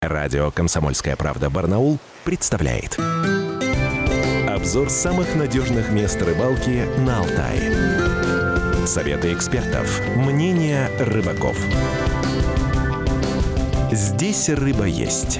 Радио «Комсомольская правда» Барнаул представляет обзор самых надежных мест рыбалки на Алтае. Советы экспертов, мнения рыбаков. Здесь рыба есть.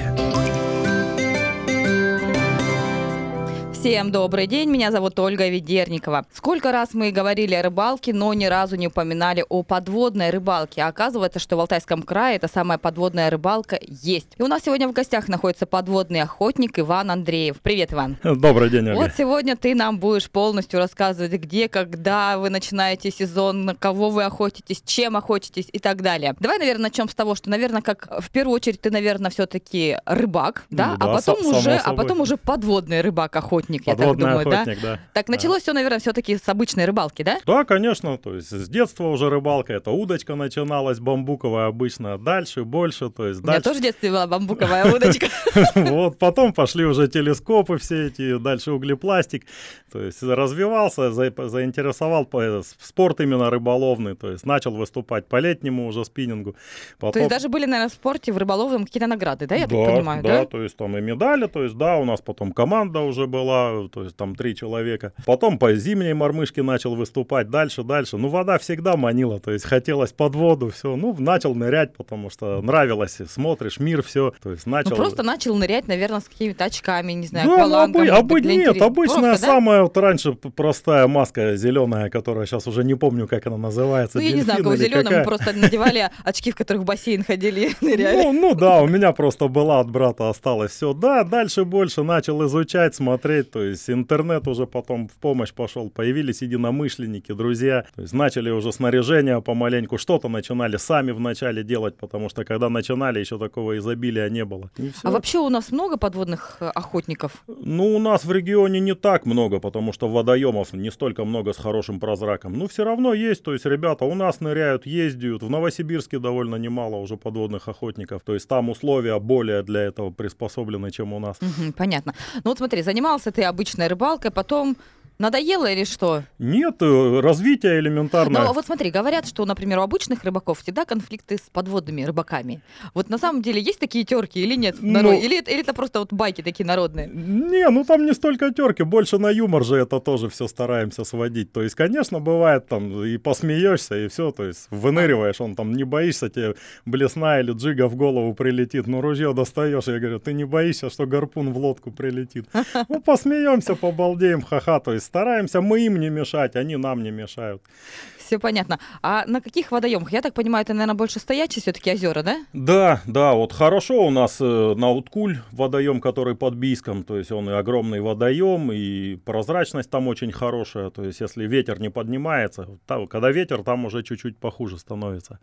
Всем добрый день, меня зовут Ольга Ведерникова. Сколько раз мы говорили о рыбалке, но ни разу не упоминали о подводной рыбалке. А оказывается, что в Алтайском крае эта самая подводная рыбалка есть. И у нас сегодня в гостях находится подводный охотник Иван Андреев. Привет, Иван. Добрый день, Ольга. Вот сегодня ты нам будешь полностью рассказывать, где, когда вы начинаете сезон, на кого вы охотитесь, чем охотитесь и так далее. Давай, наверное, начнем с того, что, наверное, как в первую очередь ты, наверное, все-таки рыбак, да? Ну, да, а потом уже подводный рыбак-охотник. Я так Подводный думаю, охотник, да? Так, началось все, наверное, все-таки с обычной рыбалки, да? Да, конечно, то есть с детства уже рыбалка, это удочка начиналась, бамбуковая обычно, дальше, больше, то есть У меня дальше. тоже в детстве была бамбуковая удочка. Вот, потом пошли уже телескопы все эти, дальше углепластик, то есть развивался, заинтересовал спорт именно рыболовный, то есть начал выступать по летнему уже спиннингу. То есть даже были, наверное, в спорте, в рыболовном какие-то награды, да, я так понимаю, да? Да, то есть там и медали, то есть да, у нас потом команда уже была, то есть там 3 человека. Потом по зимней мормышке начал выступать, дальше. Ну, вода всегда манила, то есть хотелось под воду, все. Ну, начал нырять, потому что нравилось, смотришь мир, все. То есть начал... Ну, просто начал нырять, наверное, с какими-то очками, не знаю, да, аквалангом. нет, обычная просто, самая, да? Вот раньше простая маска зеленая, которая сейчас уже не помню, как она называется. Ну, я не знаю, кого зеленая, мы просто надевали очки, в которых в бассейн ходили и ныряли. Ну да, у меня просто была от брата, осталось все. Да, дальше больше начал изучать, смотреть, то есть интернет уже потом в помощь пошел, появились единомышленники, друзья, то есть начали уже снаряжение помаленьку, что-то начинали сами вначале делать, потому что когда начинали, еще такого изобилия не было. А вообще у нас много подводных охотников? Ну, у нас в регионе не так много, потому что водоемов не столько много с хорошим прозраком, но все равно есть, то есть ребята у нас ныряют, ездят, в Новосибирске довольно немало уже подводных охотников, то есть там условия более для этого приспособлены, чем у нас. Понятно. Ну вот смотри, занимался ты обычной рыбалкой, потом надоело или что? Нет, развитие элементарное. Ну вот смотри, говорят, что, например, у обычных рыбаков всегда конфликты с подводными рыбаками. Вот на самом деле есть такие терки или нет? Или это просто вот байки такие народные? Не, ну там не столько терки, больше на юмор же это тоже все стараемся сводить. То есть, конечно, бывает там и посмеешься, и все, то есть выныриваешь, он там не боишься, тебе блесна или джига в голову прилетит, ну ружье достаешь, я говорю, ты не боишься, что гарпун в лодку прилетит? Ну посмеемся, побалдеем, ха-ха, то есть стараемся мы им не мешать, они нам не мешают. Все понятно. А на каких водоемах? Я так понимаю, это, наверное, больше стоячие все-таки озера, да? Да, вот хорошо у нас на Уткуль водоем, который под Бийском, то есть он и огромный водоем, и прозрачность там очень хорошая, то есть если ветер не поднимается, когда ветер, там уже чуть-чуть похуже становится.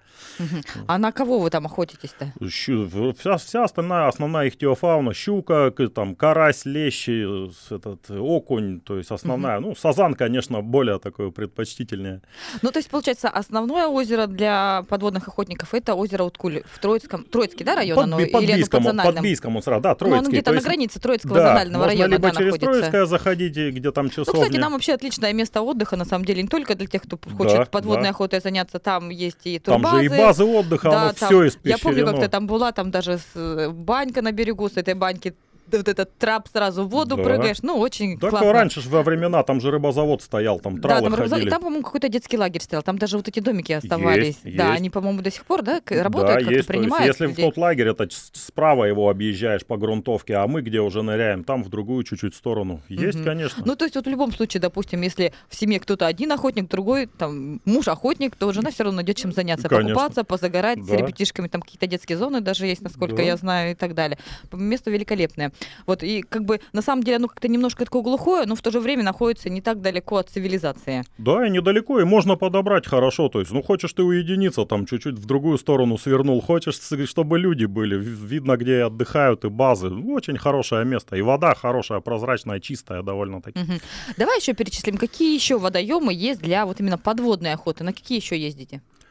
А на кого вы там охотитесь-то? Вся основная ихтиофауна, щука, там карась, лещи, окунь, то есть основная, ну сазан, конечно, более такое предпочтительнее. Ну, то есть, получается, основное озеро для подводных охотников — это озеро Уткуль в Троицкий, да, район? Под Бийском сразу, да, Троицкий. Ну, он где-то на границе Троицкого зонального района, да, находится. Можно либо через Троицкое заходить, где там часовня. Ну, кстати, нам вообще отличное место отдыха, на самом деле, не только для тех, кто хочет подводной охотой заняться, там есть и турбазы. Там же и базы отдыха, да, оно все испещрено. Я помню, как ты там была, там даже банька на берегу, с этой баньки вот этот трап сразу в воду прыгаешь, ну, очень классно. Так раньше же во времена, там же рыбозавод стоял, там тралы ходили. И там, по-моему, какой-то детский лагерь стоял, там даже вот эти домики оставались. Есть. Они, по-моему, до сих пор, работают, как-то есть. принимают Если людей. в тот лагерь, это справа его объезжаешь по грунтовке, а мы где уже ныряем, там в другую чуть-чуть сторону. Есть, конечно. Ну, то есть вот в любом случае, допустим, если в семье кто-то один охотник, другой, там, муж охотник, то жена все равно найдет чем заняться, покупаться, позагорать, с ребятишками, там какие-то детские зоны даже есть, насколько я знаю, и так далее. Место великолепное. Вот, и как бы на самом деле оно как-то немножко такое глухое, но в то же время находится не так далеко от цивилизации. Да, и недалеко, и можно подобрать хорошо. То есть, ну, хочешь ты уединиться, там чуть-чуть в другую сторону свернул, хочешь, чтобы люди были, видно, где отдыхают, и базы. Ну, очень хорошее место. И вода хорошая, прозрачная, чистая довольно-таки. Давай еще перечислим, какие еще водоемы есть для вот именно подводной охоты, на какие еще ездите?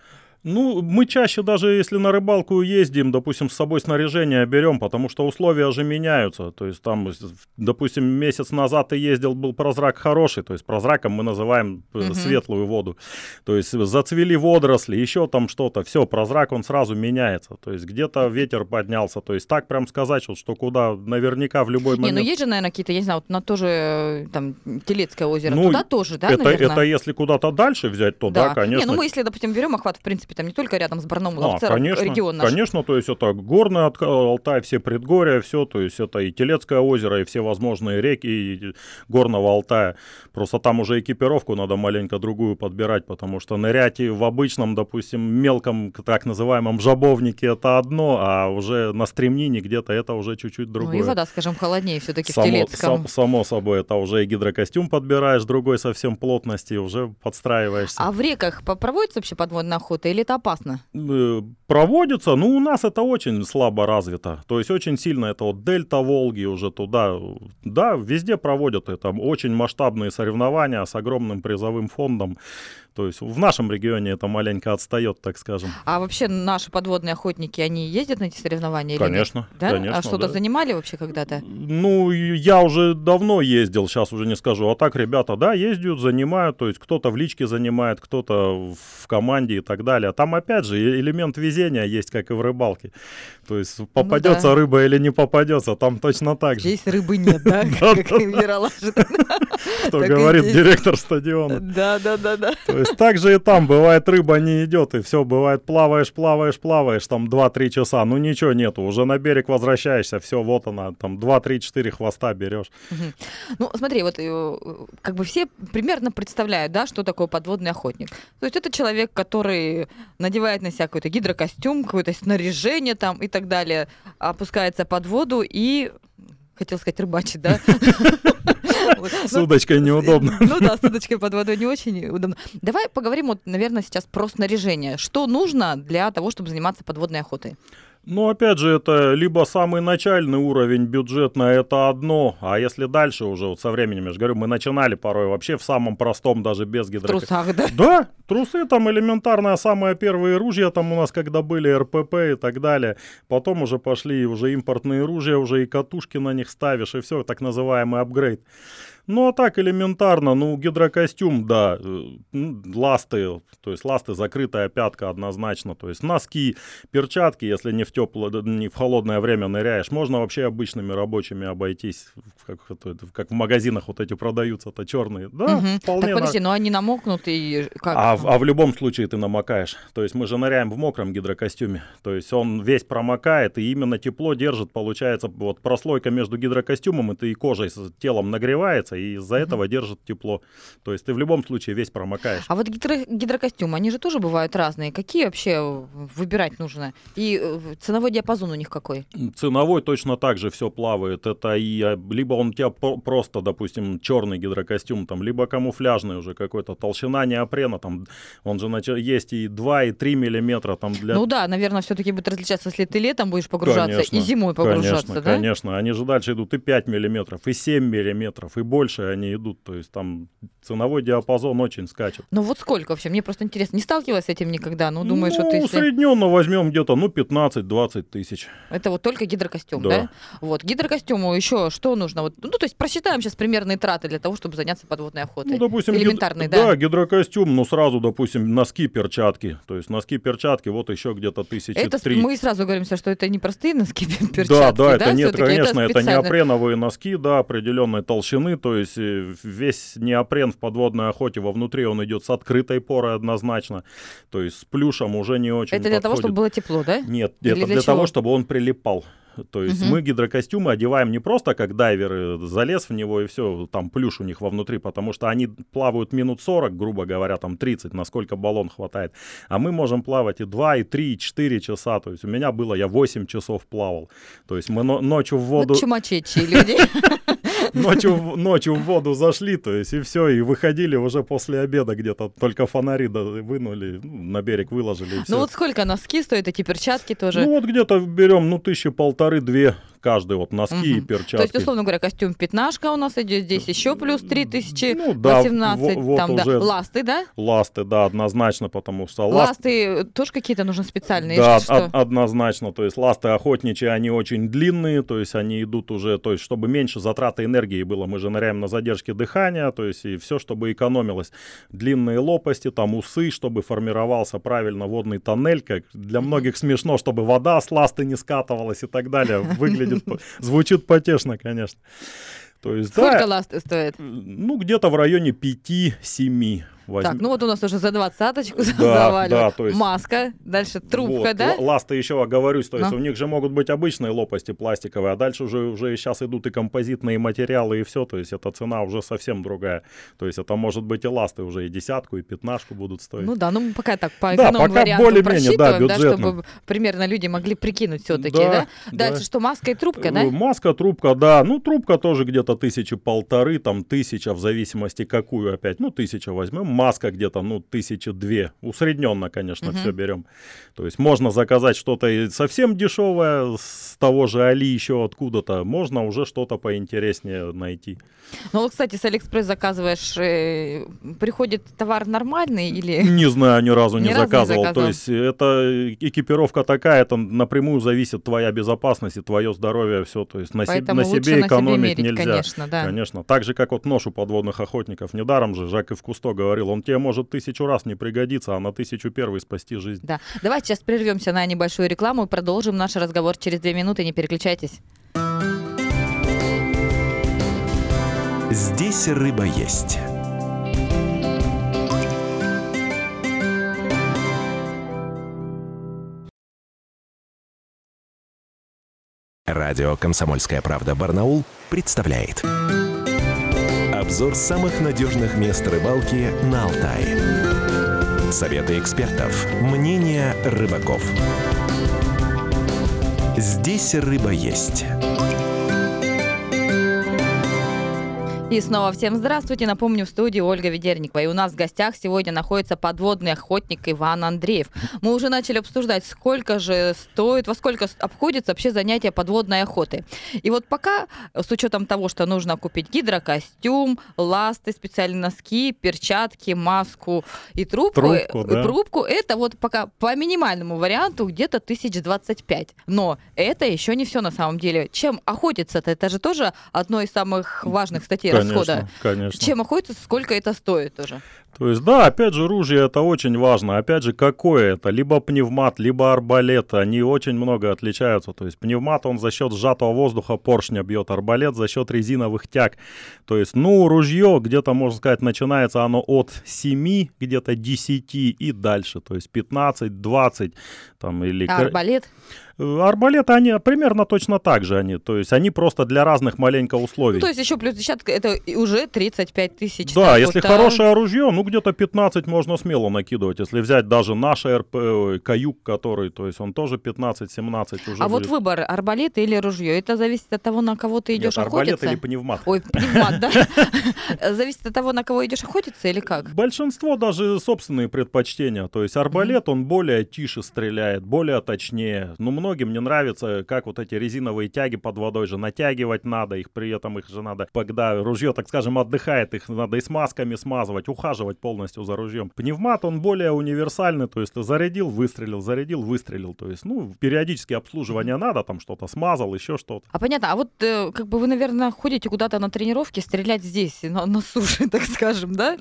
Ну, мы чаще даже, если на рыбалку ездим, допустим, с собой снаряжение берем, потому что условия же меняются. То есть там, допустим, месяц назад ты ездил, был прозрак хороший, то есть прозраком мы называем светлую воду. То есть зацвели водоросли, еще там что-то, все, прозрак, он сразу меняется. То есть где-то ветер поднялся, то есть так прям сказать, что куда наверняка в любой момент... Не, ну есть же, наверное, какие-то, я не знаю, вот на то же там Телецкое озеро, ну, туда тоже, да, наверное? Это если куда-то дальше взять, то да, конечно. Не, ну мы, если, допустим, берем охват, в принципе, там не только рядом с Барнаулом, в целом регион наш. Конечно, то есть это горный Алтай, все предгорья, все, то есть это и Телецкое озеро, и все возможные реки и горного Алтая. Просто там уже экипировку надо маленько другую подбирать, потому что нырять и в обычном, допустим, мелком, так называемом жабовнике это одно, а уже на стремнине где-то это уже чуть-чуть другое. Ну и вода, скажем, холоднее все-таки в Телецком. Само собой, это уже и гидрокостюм подбираешь другой совсем плотности, уже подстраиваешься. А в реках проводится вообще подводная охота или это опасно? Проводится, но у нас это очень слабо развито. То есть очень сильно это вот дельта Волги уже туда. Да, везде проводят это. Очень масштабные соревнования с огромным призовым фондом. То есть в нашем регионе это маленько отстает, так скажем. А вообще наши подводные охотники, они ездят на эти соревнования? Конечно. Или да? Конечно, а что-то занимали вообще когда-то? Ну, я уже давно ездил, сейчас уже не скажу. А так ребята, да, ездят, занимают. То есть кто-то в личке занимает, кто-то в команде и так далее. Там опять же элемент везения есть, как и в рыбалке. То есть попадется рыба или не попадется, там точно так же. Здесь рыбы нет, да? Как и в Ералаше. Что говорит директор стадиона. Да. То есть так же и там, бывает, рыба не идет, и все, бывает, плаваешь, там 2-3 часа, ну ничего нету, уже на берег возвращаешься, все, вот она, там 2-3-4 хвоста берешь. Ну, смотри, вот как бы все примерно представляют, да, что такое подводный охотник. То есть это человек, который надевает на себя какой-то гидрокостюм, какое-то снаряжение там и так далее, опускается под воду и... Хотел сказать, рыбачить, да? С удочкой неудобно. Ну да, с удочкой под водой не очень удобно. Давай поговорим, вот, наверное, сейчас про снаряжение. Что нужно для того, чтобы заниматься подводной охотой? Ну, опять же, это либо самый начальный уровень бюджетно, это одно, а если дальше уже, вот со временем, я же говорю, мы начинали порой вообще в самом простом, даже без гидрокостюма. В трусах, да? Да, трусы там элементарно, самые первые ружья там у нас, когда были РПП и так далее, потом уже пошли уже импортные ружья, уже и катушки на них ставишь, и все, так называемый апгрейд. Ну, а так элементарно, ну, гидрокостюм, да, ласты, то есть ласты, закрытая пятка однозначно, то есть носки, перчатки, если не в холодное время ныряешь, можно вообще обычными рабочими обойтись, как в магазинах вот эти продаются-то черные, да, вполне. Так, подожди, но они намокнут и как? А в любом случае ты намокаешь, то есть мы же ныряем в мокром гидрокостюме, то есть он весь промокает и именно тепло держит, получается, вот прослойка между гидрокостюмом и кожей с телом нагревается, и из-за этого держит тепло. То есть ты в любом случае весь промокаешь. А вот гидрокостюмы, они же тоже бывают разные. Какие вообще выбирать нужно? И ценовой диапазон у них какой? Ценовой точно так же все плавает. Это и либо он у тебя просто, допустим, черный гидрокостюм, там, либо камуфляжный уже какой-то, толщина неопрена, там, он же есть и 2, и 3 миллиметра. Там, для... Ну да, наверное, все-таки будет различаться, если ты летом будешь погружаться, конечно, и зимой погружаться, конечно, да? Конечно, они же дальше идут и 5 миллиметров, и 7 миллиметров, и больше они идут, то есть там ценовой диапазон очень скачет. Ну вот сколько вообще? Мне просто интересно. Не сталкивалась с этим никогда? Ну, думаешь, что ты... усредненно возьмем где-то, 15-20 тысяч. Это вот только гидрокостюм, да? Вот, гидрокостюму еще что нужно? Вот, ну, то есть просчитаем сейчас примерные траты для того, чтобы заняться подводной охотой. Ну, допустим, элементарный, да? Да, гидрокостюм, ну, сразу, допустим, носки, перчатки. То есть носки, перчатки, вот еще где-то 1003. Мы сразу говорим, что это не простые носки, перчатки, да? Это нет, конечно, это неопреновые носки, да, определенной толщины, то есть весь неопрен в подводной охоте, вовнутри он идет с открытой порой однозначно, то есть с плюшем уже не очень Это для того, чтобы было тепло, да? Нет, это для того, чтобы он прилипал. То есть мы гидрокостюмы одеваем не просто как дайверы, залез в него и все, там плюш у них вовнутри, потому что они плавают минут 40, грубо говоря, там 30, насколько баллон хватает. А мы можем плавать и 2, и 3, и 4 часа. То есть у меня было, я 8 часов плавал. То есть мы ночью в воду... Вот чумачечие люди. Ночью в воду зашли, то есть и все, и выходили уже после обеда где-то, только фонари вынули, на берег выложили. И ну вот сколько носки стоят, эти перчатки тоже? Ну вот где-то берем, 1500-2000, каждый вот носки и перчатки. То есть, условно говоря, костюм пятнашка у нас идет, здесь еще плюс 3018, вот там, уже ласты, да? Ласты, да, однозначно, потому что ласты тоже какие-то нужны специальные? Да, однозначно, то есть ласты охотничьи, они очень длинные, то есть они идут уже, то есть чтобы меньше затраты энергии было, мы же ныряем на задержке дыхания, то есть и все, чтобы экономилось. Длинные лопасти, там усы, чтобы формировался правильно водный тоннель, как для многих смешно, чтобы вода с ласты не скатывалась и так далее, выглядит, звучит потешно, конечно. То есть, сколько ласты стоит? Ну, где-то в районе 5-7. Так, ну вот у нас уже за 20-очку заваливают. Да, то есть, маска, дальше трубка, вот, да? Ласты еще оговорюсь, то есть у них же могут быть обычные лопасти пластиковые, а дальше уже сейчас идут и композитные материалы, и все, то есть эта цена уже совсем другая. То есть это может быть и ласты уже и 10-ку, и 15-ку будут стоить. Ну да, ну пока так по эконом-варианту просчитываем, да, чтобы примерно люди могли прикинуть все-таки, да? Дальше что, маска и трубка, да? Маска, трубка, да. Ну, трубка тоже где-то 1500, там 1000, в зависимости какую опять. Ну, 1000 возьмем. Маска где-то, 1002. Усредненно, конечно, все берем. То есть можно заказать что-то совсем дешевое с того же Али, еще откуда-то. Можно уже что-то поинтереснее найти. Ну вот, кстати, с Алиэкспресс заказываешь, приходит товар нормальный или... Не знаю, ни разу не заказывал. То есть это экипировка такая, это напрямую зависит твоя безопасность и твое здоровье, все. То есть на себе экономить нельзя. Конечно, да. Конечно. Так же, как вот нож у подводных охотников. Недаром же Жак-Ив Кусто говорил, он тебе может 1000 раз не пригодиться, а на 1001 спасти жизнь. Да. Давайте сейчас прервемся на небольшую рекламу и продолжим наш разговор через 2 минуты. Не переключайтесь. Здесь рыба есть. Радио «Комсомольская правда» Барнаул представляет обзор самых надежных мест рыбалки на Алтае. Советы экспертов, мнения рыбаков. Здесь рыба есть. И снова всем здравствуйте. Напомню, в студии Ольга Ведерникова. И у нас в гостях сегодня находится подводный охотник Иван Андреев. Мы уже начали обсуждать, сколько же стоит, во сколько обходится вообще занятие подводной охоты. И вот пока, с учетом того, что нужно купить гидрокостюм, ласты, специальные носки, перчатки, маску и трубку, это вот пока по минимальному варианту где-то 1025. Но это еще не все на самом деле. Чем охотиться-то? Это же тоже одно из самых важных статей расхода. Конечно. Чем охотиться, сколько это стоит тоже? То есть, да, опять же, ружье это очень важно. Опять же, какое это? Либо пневмат, либо арбалет. Они очень много отличаются. То есть, пневмат, он за счет сжатого воздуха поршня бьет. Арбалет за счет резиновых тяг. То есть, ружье где-то, можно сказать, начинается оно от 7, где-то 10 и дальше. То есть, 15, 20. Там, или... А арбалет? Арбалеты, они примерно точно так же. То есть они просто для разных маленько условий. Ну, то есть еще плюс десятка, это уже 35 тысяч. Да, если хорошее ружье, где-то 15 можно смело накидывать. Если взять даже наш РП, каюк, который, то есть он тоже 15-17 уже. А будет. Вот выбор, арбалет или ружье, это зависит от того, на кого ты идешь охотиться? Арбалет или пневмат. Ой, пневмат, да? Зависит от того, на кого идешь охотиться или как? Большинство даже собственные предпочтения. То есть арбалет, он более тише стреляет, более точнее. Многим не нравится, как вот эти резиновые тяги под водой же натягивать надо, при этом их же надо, когда ружье, так скажем, отдыхает, их надо и смазками смазывать, ухаживать полностью за ружьем. Пневмат, он более универсальный, то есть ты зарядил, выстрелил, то есть, периодически обслуживание надо, там что-то смазал, еще что-то. А понятно, а вот как бы вы, наверное, ходите куда-то на тренировки стрелять здесь, на суше, так скажем, да?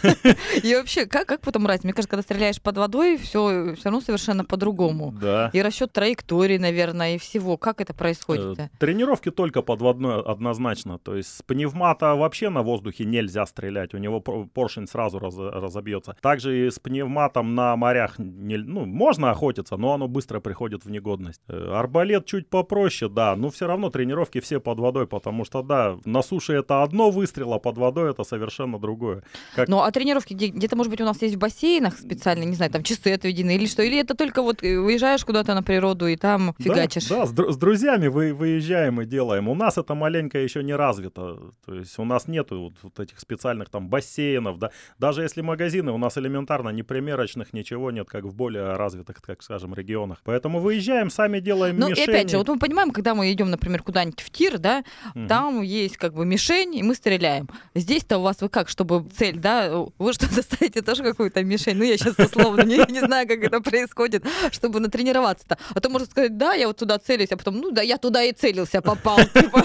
И вообще, как потом разница? Мне кажется, когда стреляешь под водой, все равно совершенно по-другому. Да. И расчет траектории, наверное, и всего. Как это происходит? Тренировки только подводной однозначно. То есть с пневмата вообще на воздухе нельзя стрелять. У него поршень сразу разобьется. Также и с пневматом на морях можно охотиться, но оно быстро приходит в негодность. Арбалет чуть попроще, да, но все равно тренировки все под водой, потому что, да, на суше это одно выстрел, а под водой это совершенно другое. Ну, а тренировки где-то, может быть, у нас есть в бассейнах специально, не знаю, там часы отведены или что? Или это только вот выезжаешь куда-то на природу и там фигачишь. Да, с друзьями выезжаем и делаем. У нас это маленько еще не развито. То есть у нас нету вот этих специальных там бассейнов. Да. Даже если магазины, у нас элементарно ни примерочных, ничего нет, как в более развитых, так скажем, регионах. Поэтому выезжаем, сами делаем мишени. И опять же, вот мы понимаем, когда мы идем, например, куда-нибудь в тир, да, там есть как бы мишень, и мы стреляем. Здесь-то у вас вы как, чтобы цель, да, вы что-то ставите тоже какую-то мишень? Ну, я сейчас условно не знаю, как это происходит, чтобы натренироваться-то. А то можно сказать, да, я вот туда целюсь, а потом, ну да, я туда и целился, попал.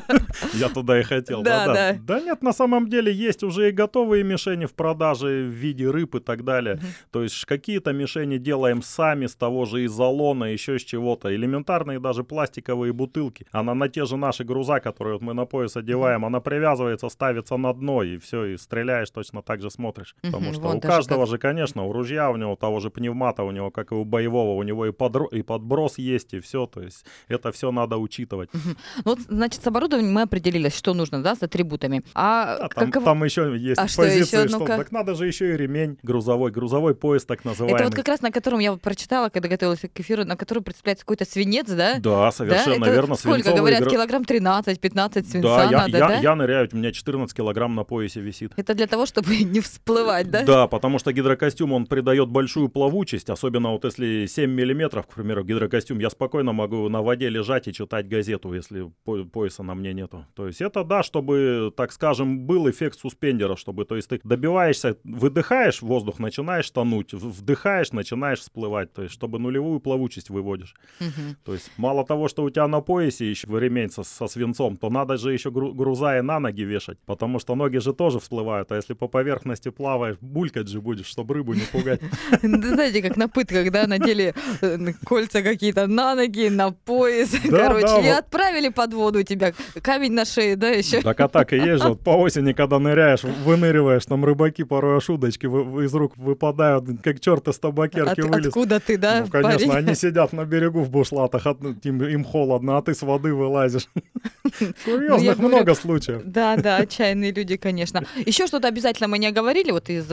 Я туда и хотел. Да. Да нет, на самом деле есть уже и готовые мишени в продаже в виде рыб и так далее. То есть какие-то мишени делаем сами с того же изолона, еще с чего-то. Элементарные даже пластиковые бутылки. Она на те же наши груза, которые вот мы на пояс одеваем, она привязывается, ставится на дно, и все, и стреляешь, точно так же смотришь. Потому что у каждого же, конечно, у ружья, у него того же пневмата, у него, как и у боевого, у него и подброс есть, и все. То есть это все надо учитывать. Вот, значит, с оборудованием мы определились, что нужно, да, с атрибутами. Там еще есть позиции, что так надо же еще и ремень грузовой пояс, так называемый. Это вот как раз на котором я вот прочитала, когда готовилась к эфиру, на котором представляется какой-то свинец, да? Да, совершенно верно. Сколько, говорят, килограмм 13-15 свинца надо, да? Я ныряю, у меня 14 килограмм на поясе висит. Это для того, чтобы не всплывать, да? Да, потому что гидрокостюм, он придает большую плавучесть, особенно вот если 7 миллиметров, к примеру, гидрокостюм, я спокойно могу на воде лежать и читать газету, если пояса на мне нету. То есть это, да, чтобы, так скажем, был эффект суспендера, чтобы, то есть ты добиваешься, выдыхаешь, воздух начинаешь тонуть, вдыхаешь, начинаешь всплывать, то есть чтобы нулевую плавучесть выводишь. То есть мало того, что у тебя на поясе еще ремень со свинцом, то надо же еще груза и на ноги вешать, потому что ноги же тоже всплывают, а если по поверхности плаваешь, булькать же будешь, чтобы рыбу не пугать. Знаете, как на пытках, да, надели кольца какие-то на ноги, на пояс, короче, и отправили под воду тебя, камень на шее, да, еще. Так и есть же, по осени, когда ныряешь, выныриваешь, там рыбаки порой аж удочки из рук выпадают, как черт из табакерки вылез. Откуда ты, да, ну, конечно, они сидят на берегу в бушлатах, им холодно, а ты с воды вылазишь. Курьезных много случаев. Да, отчаянные люди, конечно. Еще что-то обязательно мы не оговорили, вот из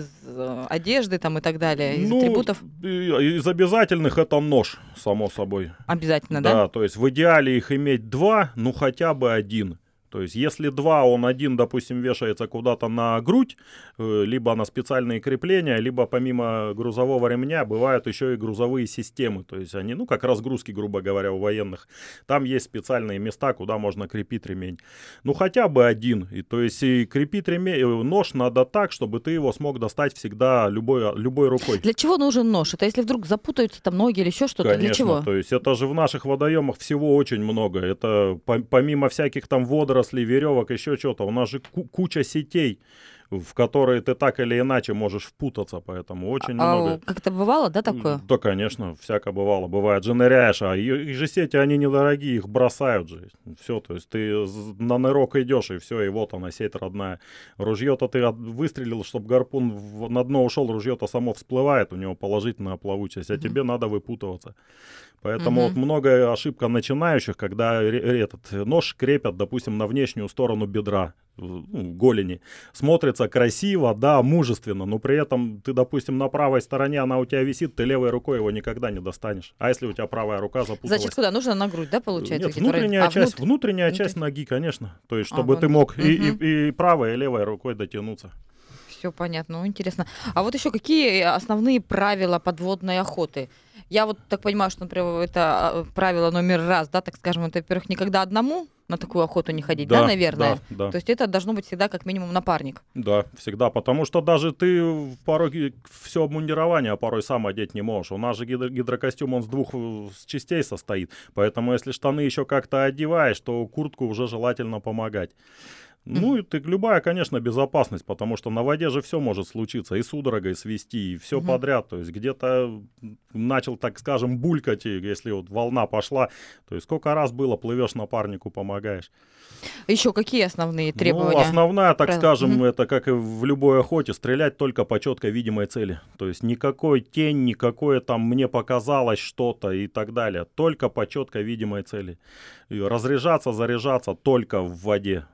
одежды там и так далее, из атрибутов? Из обязательных это нож, само собой. Обязательно, да? Да, то есть в идеале их иметь 2, ну хотя бы 1. То есть если 2, он один, допустим, вешается куда-то на грудь, либо на специальные крепления, либо помимо грузового ремня бывают еще и грузовые системы. То есть они, как разгрузки, грубо говоря, у военных. Там есть специальные места, куда можно крепить ремень. Ну хотя бы 1. И, то есть и крепить нож надо так, чтобы ты его смог достать всегда любой рукой. Для чего нужен нож? Это если вдруг запутаются там ноги или еще что-то? Конечно, для чего? То есть это же в наших водоемах всего очень много. Это помимо всяких там водорослей, веревок, еще что-то. У нас же куча сетей, в которые ты так или иначе можешь впутаться, поэтому очень много. Как-то бывало, да, такое? Да, конечно, всяко бывало. Бывает же ныряешь, а их же сети, они недорогие, их бросают же. Все, то есть ты на нырок идешь, и все, и вот она, сеть родная. Ружье-то ты выстрелил, чтобы гарпун на дно ушел, ружье-то само всплывает, у него положительная плавучесть, а тебе надо выпутываться. Поэтому вот многое ошибка начинающих, когда этот нож крепят, допустим, на внешнюю сторону бедра, голени. Смотрится красиво, да, мужественно, но при этом ты, допустим, на правой стороне она у тебя висит, ты левой рукой его никогда не достанешь. А если у тебя правая рука запуталась? Значит, куда? Нужно на грудь, да, получается? Нет, внутренняя часть ноги, конечно. То есть, чтобы ты мог и правой, и левой рукой дотянуться. Все понятно, интересно. А вот еще какие основные правила подводной охоты? Я вот так понимаю, что, например, это правило номер 1, да, так скажем, это, во-первых, никогда одному на такую охоту не ходить, да, наверное? Да. То есть это должно быть всегда как минимум напарник. Да, всегда, потому что даже ты порой все обмундирование порой сам одеть не можешь. У нас же гидрокостюм, он с 2 частей состоит, поэтому если штаны еще как-то одеваешь, то куртку уже желательно помогать. Ну, и любая, конечно, безопасность, потому что на воде же все может случиться, и судорогой свести, и все подряд. То есть где-то начал, так скажем, булькать, и если вот волна пошла, то есть сколько раз было, плывешь напарнику, помогаешь. Еще какие основные требования? Основная, так скажем, это как и в любой охоте, стрелять только по четко видимой цели. То есть никакой тень, никакое там мне показалось что-то и так далее. Только по четко видимой цели. И разряжаться, заряжаться только в воде.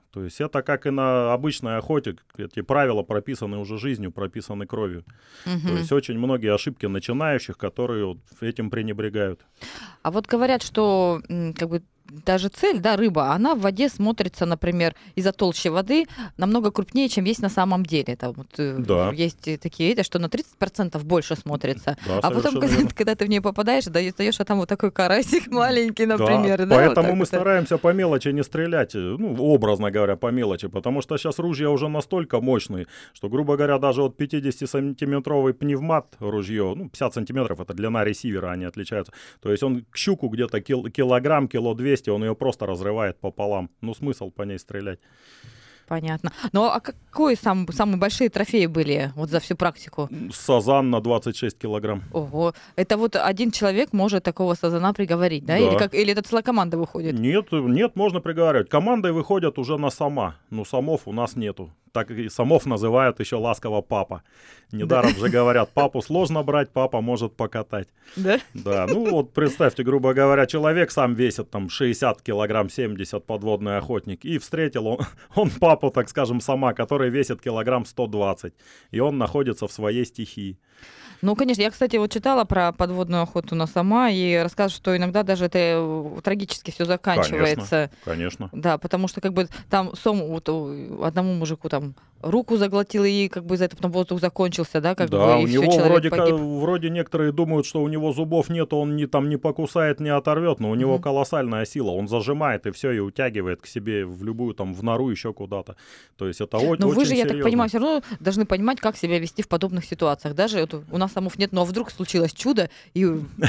То есть это как и на обычной охоте, эти правила прописаны уже жизнью, прописаны кровью. То есть очень многие ошибки начинающих, которые вот этим пренебрегают. А вот говорят, что как бы даже цель, да, рыба, она в воде смотрится, например, из-за толщи воды намного крупнее, чем есть на самом деле. Там вот, да. Есть такие виды, что на 30% больше смотрится. Да, а потом, когда ты в нее попадаешь, даешь, а там вот такой карасик маленький, например. Да, поэтому мы стараемся по мелочи не стрелять, ну, образно говоря, по мелочи, потому что сейчас ружья уже настолько мощные, что, грубо говоря, даже вот 50-сантиметровый пневмат ружье, ну, 50 сантиметров, это длина ресивера, они отличаются. То есть он к щуку где-то килограмм, кило 200, он ее просто разрывает пополам. Ну, смысл по ней стрелять. Понятно. Ну, а какие самые большие трофеи были вот за всю практику? Сазан на 26 килограмм. Ого. Это вот один человек может такого сазана приговорить, да? Да. Или это целая команда выходит? Нет, можно приговаривать. Командой выходят уже на сама. Ну, самов у нас нету. Так и самов называют еще ласково папа. Недаром же говорят, папу сложно брать, папа может покатать. Да? Да, ну вот представьте, грубо говоря, человек сам весит там 60 килограмм, 70, подводный охотник, и встретил он папу, так скажем, сама, который весит килограмм 120, и он находится в своей стихии. Ну, конечно, я, кстати, вот читала про подводную охоту на сама и рассказывают, что иногда даже это трагически все заканчивается. Конечно. Да, потому что как бы там вот одному мужику там руку заглотил, и как бы из-за этого потом воздух закончился, да, как да, бы, и у все, него человек погиб. вроде некоторые думают, что у него зубов нет, он не покусает, не оторвет, но у него колоссальная сила, он зажимает и все, и утягивает к себе в любую там, в нору, еще куда-то. То есть это очень серьезно. Но вы же, я так понимаю, все равно должны понимать, как себя вести в подобных ситуациях. Даже вот у нас самов нет, но вдруг случилось чудо, и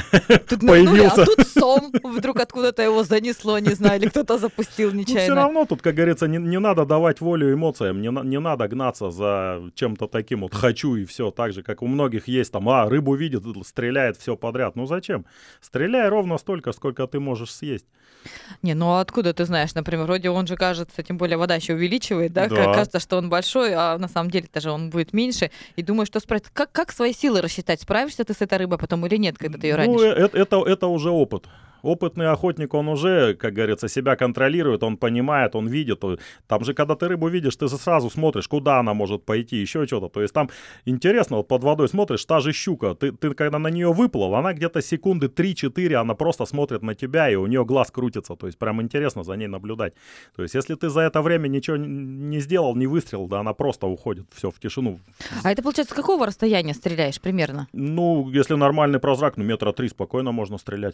тут появился. А тут сом, вдруг откуда-то его занесло, не знаю, или кто-то запустил нечаянно. Ну, все равно тут, как говорится, не надо давать волю эмоциям, не надо гнаться за чем-то таким вот «хочу» и все, так же, как у многих есть там, рыбу видит, стреляет, все подряд. Ну зачем? Стреляй ровно столько, сколько ты можешь съесть. Не, ну откуда ты знаешь, например, вроде он же кажется, тем более вода еще увеличивает, да? Кажется, что он большой, а на самом деле даже он будет меньше, и думаешь, что справиться. Как свои силы рассчитать? Справишься ты с этой рыбой потом или нет, когда ты ее ранишь? Ну, это уже опыт. Опытный охотник, он уже, как говорится, себя контролирует, он понимает, он видит. Там же, когда ты рыбу видишь, ты сразу смотришь, куда она может пойти, еще что-то. То есть там интересно, вот под водой смотришь, та же щука, ты когда на нее выплыл, она где-то секунды 3-4, она просто смотрит на тебя, и у нее глаз крутится. То есть прям интересно за ней наблюдать. То есть если ты за это время ничего не сделал, не выстрелил, да, она просто уходит, все, в тишину. А это, получается, с какого расстояния стреляешь примерно? Ну, если нормальный прозрак, 3 метра спокойно можно стрелять,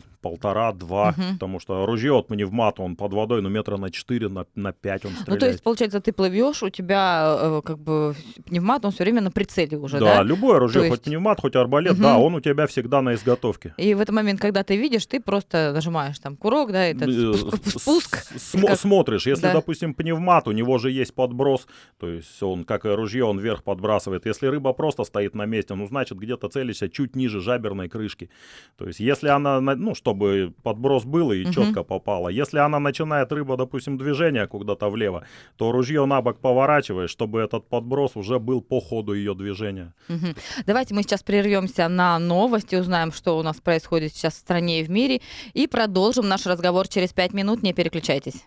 1,5-2, потому что ружье от пневмата, он под водой, метра на 4, на 5 он стреляет. Ну, то есть, получается, ты плывешь, у тебя как бы пневмат, он все время на прицеле уже, да? Да, любое ружье, хоть пневмат, хоть арбалет, да, он у тебя всегда на изготовке. И в этот момент, когда ты видишь, ты просто нажимаешь там курок, да, этот спуск. Смотришь, если, допустим, пневмат, у него же есть подброс, то есть он, как и ружье, он вверх подбрасывает. Если рыба просто стоит на месте, ну, значит, где-то целишься чуть ниже жаберной крышки. То есть если она, ну, чтобы подброс был и четко попала. Если она начинает, рыба, допустим, движение куда-то влево, то ружье на бок поворачиваешь, чтобы этот подброс уже был по ходу ее движения. Давайте мы сейчас прервемся на новости, узнаем, что у нас происходит сейчас в стране и в мире, и продолжим наш разговор через 5 минут. Не переключайтесь.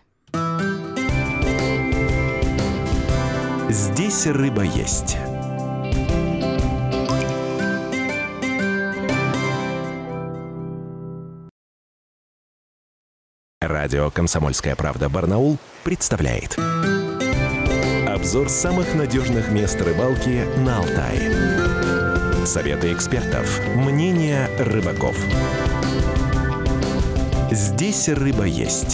Здесь рыба есть. Радио «Комсомольская правда» Барнаул представляет обзор самых надежных мест рыбалки на Алтае. Советы экспертов, мнения рыбаков. Здесь рыба есть.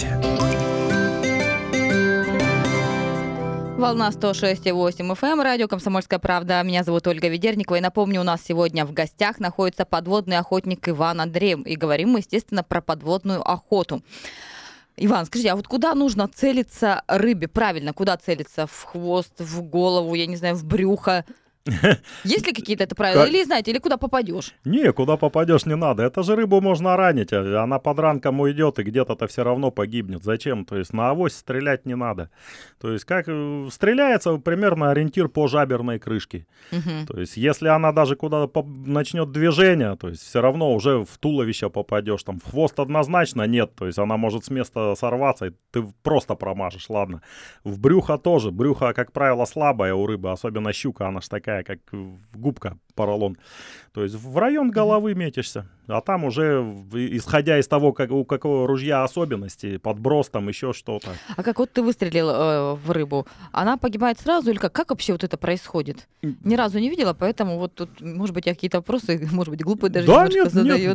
Волна 106,8 FM, радио «Комсомольская правда». Меня зовут Ольга Ведерникова. И напомню, у нас сегодня в гостях находится подводный охотник Иван Андреев. И говорим мы, естественно, про подводную охоту. Иван, скажи, а вот куда нужно целиться рыбе? Правильно, куда целиться? В хвост, в голову, я не знаю, в брюхо? Есть ли какие-то это правила? Или, знаете, или куда попадешь? Не, куда попадешь не надо. Это же рыбу можно ранить. Она под ранком уйдет и где-то все равно погибнет. Зачем? То есть на авось стрелять не надо. То есть как стреляется примерно ориентир по жаберной крышке. То есть если она даже куда-то начнет движение, то есть все равно уже в туловище попадешь. Там в хвост однозначно нет. То есть она может с места сорваться, и ты просто промажешь. Ладно. В брюхо тоже. Брюхо, как правило, слабое у рыбы. Особенно щука, она ж такая, как губка, поролон. То есть в район головы метишься, а там уже, исходя из того, у какого ружья особенности, подброс там, еще что-то. А как вот ты выстрелил в рыбу, она погибает сразу или как? Как вообще вот это происходит? Ни разу не видела, поэтому вот тут, может быть, я какие-то вопросы, может быть, глупые даже немножко задаю.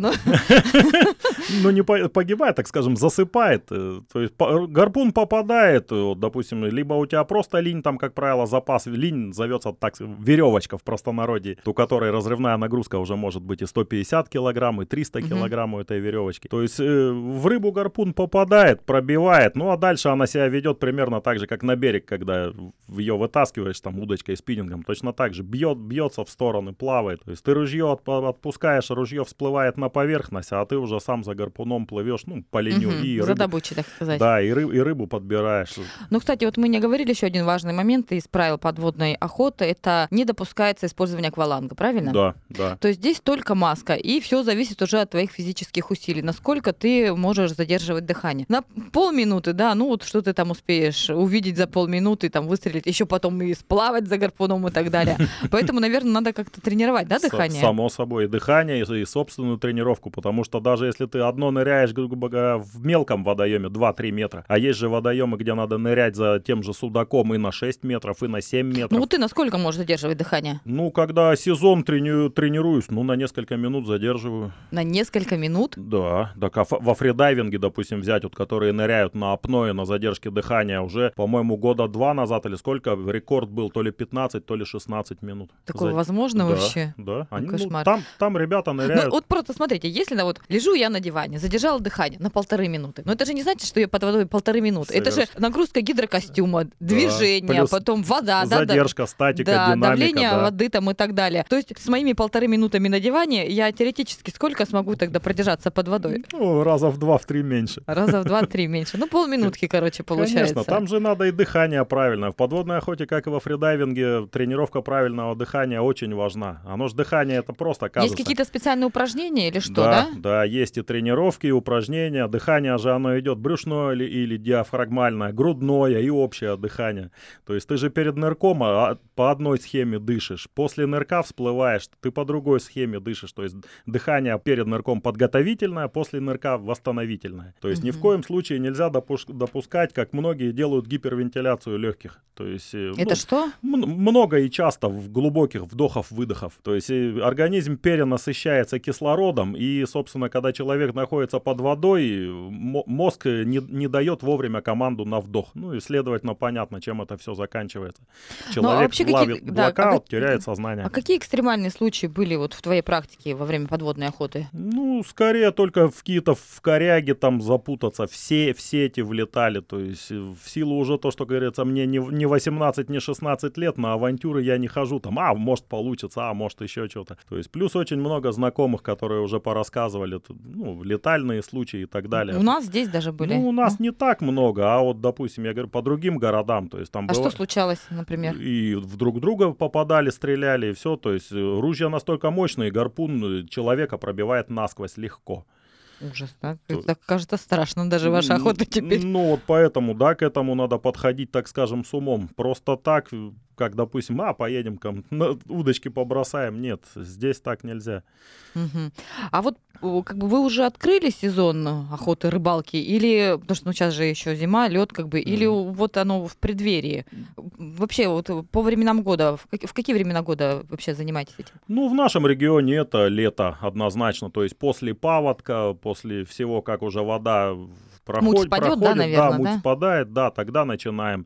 Ну, не погибает, так скажем, засыпает. То есть гарпун попадает, допустим, либо у тебя просто линь, там, как правило, запас. Линь зовется так, веревочка в простонародье, у которой разрывная нагрузка уже может быть и 150 килограмм, и 300 килограмм у этой веревочки. То есть в рыбу гарпун попадает, пробивает, ну а дальше она себя ведет примерно так же, как на берег, когда ее вытаскиваешь там удочкой, спиннингом, точно так же бьется в стороны, плавает. То есть ты ружье отпускаешь, ружье всплывает на поверхность, а ты уже сам за гарпуном плывешь, ну, по линию. И за добычей, так сказать. Да, и рыбу подбираешь. Ну, кстати, вот мы не говорили еще один важный момент из правил подводной охоты, это не допускается использование акваланга, правильно? Да, да. То есть здесь только маска, и все зависит уже от твоих физических усилий, насколько ты можешь задерживать дыхание. На полминуты, да, ну вот что ты там успеешь увидеть за полминуты, там выстрелить, еще потом и сплавать за гарпуном и так далее. Поэтому, наверное, надо как-то тренировать, да, дыхание? Само собой, дыхание и собственную тренировку, потому что даже если ты одно ныряешь, грубо говоря, в мелком водоеме 2-3 метра, а есть же водоемы, где надо нырять за тем же судаком и на 6 метров, и на 7 метров. Ну вот ты насколько можешь задерживать дыхание? Ну, когда сезон тренируюсь, ну, на несколько минут задерживаю. На несколько минут? Да, так во фридайвинге, допустим, взять, вот, которые ныряют на апное, на задержке дыхания, уже, по-моему, года 2 назад или сколько, рекорд был то ли 15, то ли 16 минут. Такое возможно вообще? Да, они, кошмар. Там ребята ныряют. Ну, вот просто смотрите, если вот лежу я на диване, задержала дыхание на 1,5 минуты, но это же не значит, что я под водой 1,5 минуты. Это же нагрузка гидрокостюма, движение, потом вода. Задержка, статика, динамика. Давление воды там и так далее. То есть с моими 1,5 минутами на диване я теоретически сколько смогу тогда продержаться под водой? Ну, раза в 2-3 меньше. Раза в 2-3 меньше. Ну, полминутки, короче, получается. Конечно, там же надо и дыхание правильное. В подводной охоте, как и во фридайвинге, тренировка правильного дыхания очень важна. Оно же дыхание, это просто кажется. Есть какие-то специальные упражнения или что, да? Да, есть и тренировки, и упражнения. Дыхание же оно идет брюшное или диафрагмальное, грудное и общее дыхание. То есть ты же перед нырком по одной схеме дышишь. После нырка всплываешь, ты по другой схеме дышишь. То есть дыхание перед нырком подготовительное, после нырка восстановительное. То есть ни в коем случае нельзя допускать, как многие делают, гипервентиляцию легких. То есть, это что? Много и часто в глубоких вдохов-выдохов. То есть организм перенасыщается кислородом, и, собственно, когда человек находится под водой, мозг не дает вовремя команду на вдох. Ну и, следовательно, понятно, чем это все заканчивается. Человек ловит блокаут, теряет сознание. А какие экстремальные случаи были вот в твоей практике во время подводной охоты? Ну, скорее только в какие-то в коряге там запутаться, в сети влетали. То есть в силу уже то, что, говорится, мне не 18, не 16 лет, на авантюры я не хожу. Там, может получится, может еще что-то. То есть плюс очень много знакомых, которые уже порассказывали, ну, летальные случаи и так далее. У нас здесь даже были? Ну, у нас не так много, а вот, допустим, я говорю, по другим городам. То есть, там что случалось, например? И в друг друга попадали, стреляли, и все. То есть ружья настолько мощные, гарпун человека пробивает насквозь легко. Ужас, да? Так кажется страшно даже ваша охота теперь. Ну вот поэтому, да, к этому надо подходить, так скажем, с умом. Просто так, как, допустим, поедем удочки побросаем. Нет, здесь так нельзя. Угу. А вот как бы вы уже открыли сезон охоты, рыбалки, или, потому что сейчас же еще зима, лед, как бы, или вот оно в преддверии? Вообще вот по временам года, в какие времена года вообще занимаетесь этим? Ну, в нашем регионе это лето однозначно, то есть после паводка, после всего, как уже вода проходит, муть спадет, да, наверное, муть спадает, да, тогда начинаем.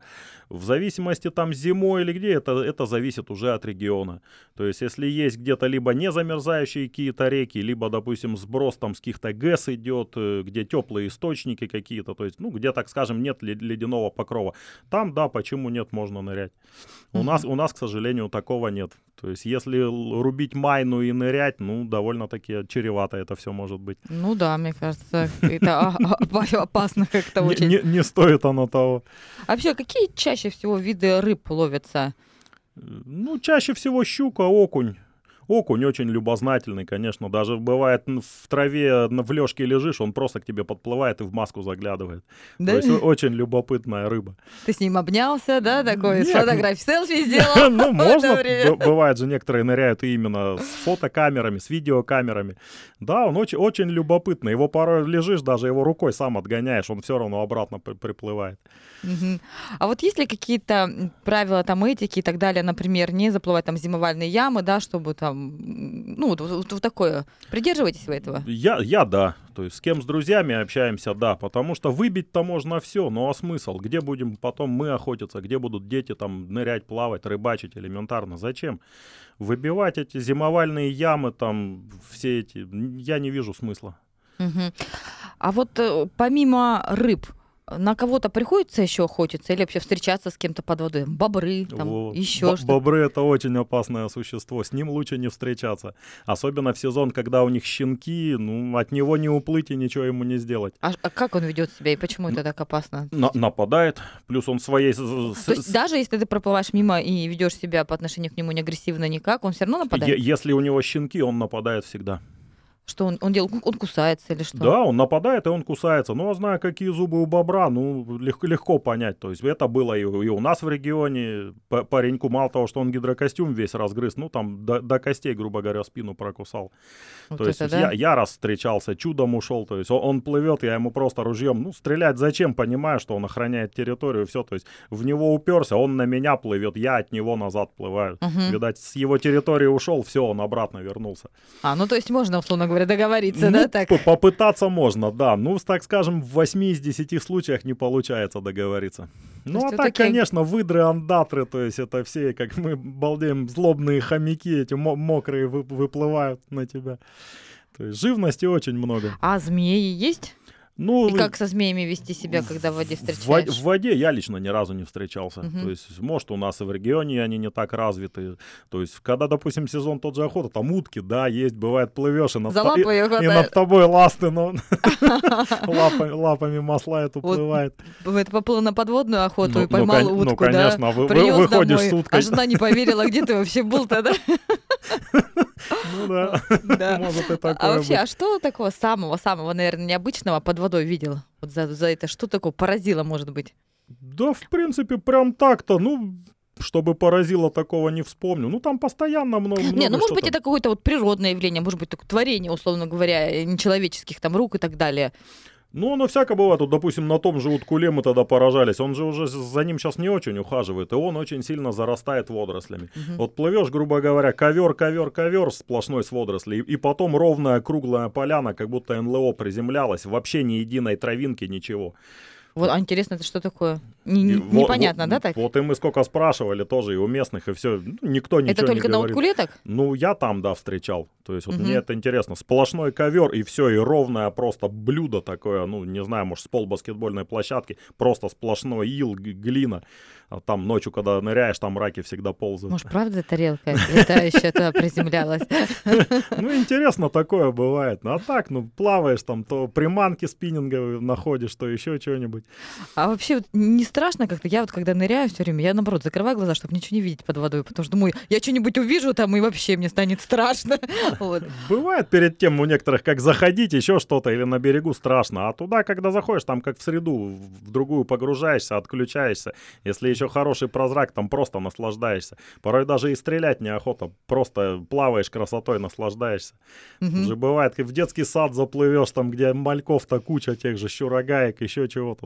В зависимости там зимой или где, это зависит уже от региона. То есть если есть где-то либо не замерзающие какие-то реки, либо, допустим, сброс там с каких-то ГЭС идет, где теплые источники какие-то, то есть, ну, где, так скажем, нет ледяного покрова. Там, да, почему нет, можно нырять. У нас, к сожалению, такого нет. То есть если рубить майну и нырять, ну, довольно-таки чревато это все может быть. Ну да, мне кажется, это опасно как-то очень. Не стоит оно того. А вообще, какие чаще всего виды рыб ловятся? Ну, чаще всего щука, окунь. Окунь очень любознательный, конечно. Даже бывает в траве в лёжке лежишь, он просто к тебе подплывает и в маску заглядывает. Да? То есть очень любопытная рыба. Ты с ним обнялся, да, такой, с фотографией, селфи сделал? Ну, можно. Бывает же, некоторые ныряют именно с фотокамерами, с видеокамерами. Да, он очень любопытный. Его порой лежишь, даже его рукой сам отгоняешь, он все равно обратно приплывает. А вот есть ли какие-то правила там этики и так далее, например, не заплывать там в зимовальные ямы, да, чтобы там, ну, вот такое. Придерживаетесь вы этого? Я да. То есть с кем с друзьями общаемся, да. Потому что выбить-то можно все. Ну а смысл? Где будем потом мы охотиться? Где будут дети там нырять, плавать, рыбачить элементарно? Зачем? Выбивать эти зимовальные ямы, там, все эти, я не вижу смысла. А вот помимо рыб, на кого-то приходится еще охотиться или вообще встречаться с кем-то под водой? Бобры, там, еще что-то? Бобры — это очень опасное существо, с ним лучше не встречаться. Особенно в сезон, когда у них щенки, ну, от него не уплыть и ничего ему не сделать. А как он ведет себя и почему это так опасно? Нападает, плюс он своей... То есть даже если ты проплываешь мимо и ведешь себя по отношению к нему не агрессивно никак, он все равно нападает? Если у него щенки, он нападает всегда. Что он делает? Он кусается или что? Да, он нападает, и он кусается. Ну, зная, какие зубы у бобра, ну, легко понять. То есть это было и у нас в регионе. Пареньку мало того, что он гидрокостюм весь разгрыз, ну, там до костей, грубо говоря, спину прокусал. Вот то есть да? я раз встречался, чудом ушел. То есть он плывет, я ему просто ружьем, ну, стрелять зачем, понимаю, что он охраняет территорию, все. То есть в него уперся, он на меня плывет, я от него назад плываю. Видать, с его территории ушел, все, он обратно вернулся. Ну, то есть можно, условно говоря, договориться, да, так? Попытаться можно, да. Ну, так скажем, в 8 из 10 случаях не получается договориться. Ну, а так, конечно, выдры, андатры, то есть это все, как мы балдеем, злобные хомяки, эти мокрые выплывают на тебя. То есть живности очень много. А змеи есть? Ну, и как со змеями вести себя, когда в воде встречаешь? В воде я лично ни разу не встречался. То есть, может, у нас и в регионе они не так развиты. То есть, когда, допустим, сезон тот же охота, там утки, да, есть, бывает, плывешь, и над тобой ласты, но лапами маслает, уплывает. Это поплыл на подводную охоту и поймал утку, да? Ну, конечно, выходишь с уткой. А жена не поверила, где ты вообще был-то, да? Ну да, может и такое быть. А вообще, а что такого самого, наверное, необычного под водой видел? Вот за это что такое поразило, может быть? Да, в принципе, прям так-то, ну, чтобы поразило, такого не вспомню. Ну, там постоянно много. Не, ну, может быть, это какое-то вот природное явление, может быть, такое творение, условно говоря, нечеловеческих там рук и так далее. Ну, оно всяко бывает. Вот, допустим, на том же уткуле мы тогда поражались. Он же уже за ним сейчас не очень ухаживает, и он очень сильно зарастает водорослями. Вот плывешь, грубо говоря, ковер сплошной с водорослей, и потом ровная круглая поляна, как будто НЛО приземлялась, вообще ни единой травинки, ничего. Вот, а интересно, это что такое? Непонятно, да, так? Вот и мы сколько спрашивали тоже и у местных, и все, никто ничего не говорит. Это только на уткуле так? Ну, я там, да, встречал. То есть вот мне это интересно. Сплошной ковер, и все, и ровное просто блюдо такое, ну, не знаю, может, с полбаскетбольной площадки, просто сплошной ил, глина. А там ночью, когда ныряешь, там раки всегда ползают. Может, правда тарелка летающая туда приземлялась? Ну, интересно такое бывает. А так, ну, плаваешь там, то приманки спиннинговые находишь, то еще что-нибудь. А вообще не страшно как-то? Я вот когда ныряю все время, я наоборот закрываю глаза, чтобы ничего не видеть под водой, потому что думаю, я что-нибудь увижу там и вообще мне станет страшно. Вот. Бывает перед тем у некоторых, как заходить, еще что-то, или на берегу страшно, а туда, когда заходишь, там как в среду, в другую погружаешься, отключаешься. Если еще хороший прозрак, там просто наслаждаешься. Порой даже и стрелять неохота, просто плаваешь красотой, наслаждаешься. Уже бывает, в детский сад заплывешь, там, где мальков-то куча, тех же щурогаек, еще чего-то. То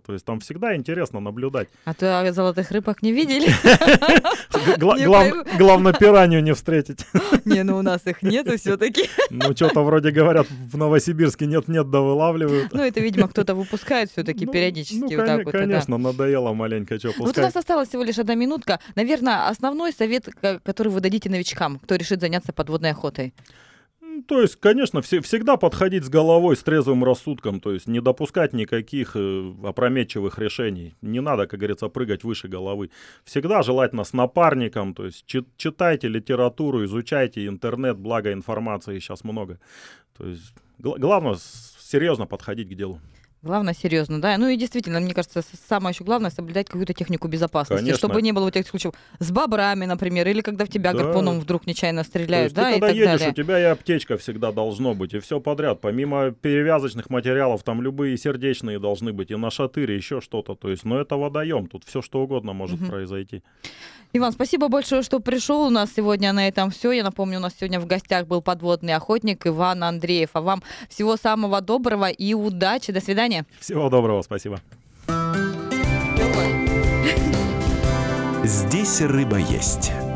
То есть там всегда интересно наблюдать. А то золотых рыбок не видели? Главное, пиранью не встретить. Не, ну у нас их нету все-таки. Ну, что-то вроде говорят, в Новосибирске нет, да вылавливают. Ну, это, видимо, кто-то выпускает все-таки периодически. Ну, конечно, надоело маленько, что пускать. Вот у нас осталась всего лишь 1 минутка. Наверное, основной совет, который вы дадите новичкам, кто решит заняться подводной охотой. То есть, конечно, всегда подходить с головой, с трезвым рассудком, то есть не допускать никаких опрометчивых решений. Не надо, как говорится, прыгать выше головы. Всегда желательно с напарником, то есть читайте литературу, изучайте интернет, благо информации сейчас много. То есть главное серьезно подходить к делу. Главное, серьезно, да. Ну и действительно, мне кажется, самое еще главное — соблюдать какую-то технику безопасности. Конечно. Чтобы не было вот этих случаев с бобрами, например, или когда в тебя гарпуном вдруг нечаянно стреляют, да, ты, когда и так едешь, далее. У тебя и аптечка всегда должно быть, и все подряд. Помимо перевязочных материалов, там любые сердечные должны быть, и нашатырь, и еще что-то. То есть, это водоем, тут все что угодно может произойти. Иван, спасибо большое, что пришел. У нас сегодня на этом все. Я напомню, у нас сегодня в гостях был подводный охотник Иван Андреев. А вам всего самого доброго и удачи. До свидания. Всего доброго, спасибо. Здесь рыба есть.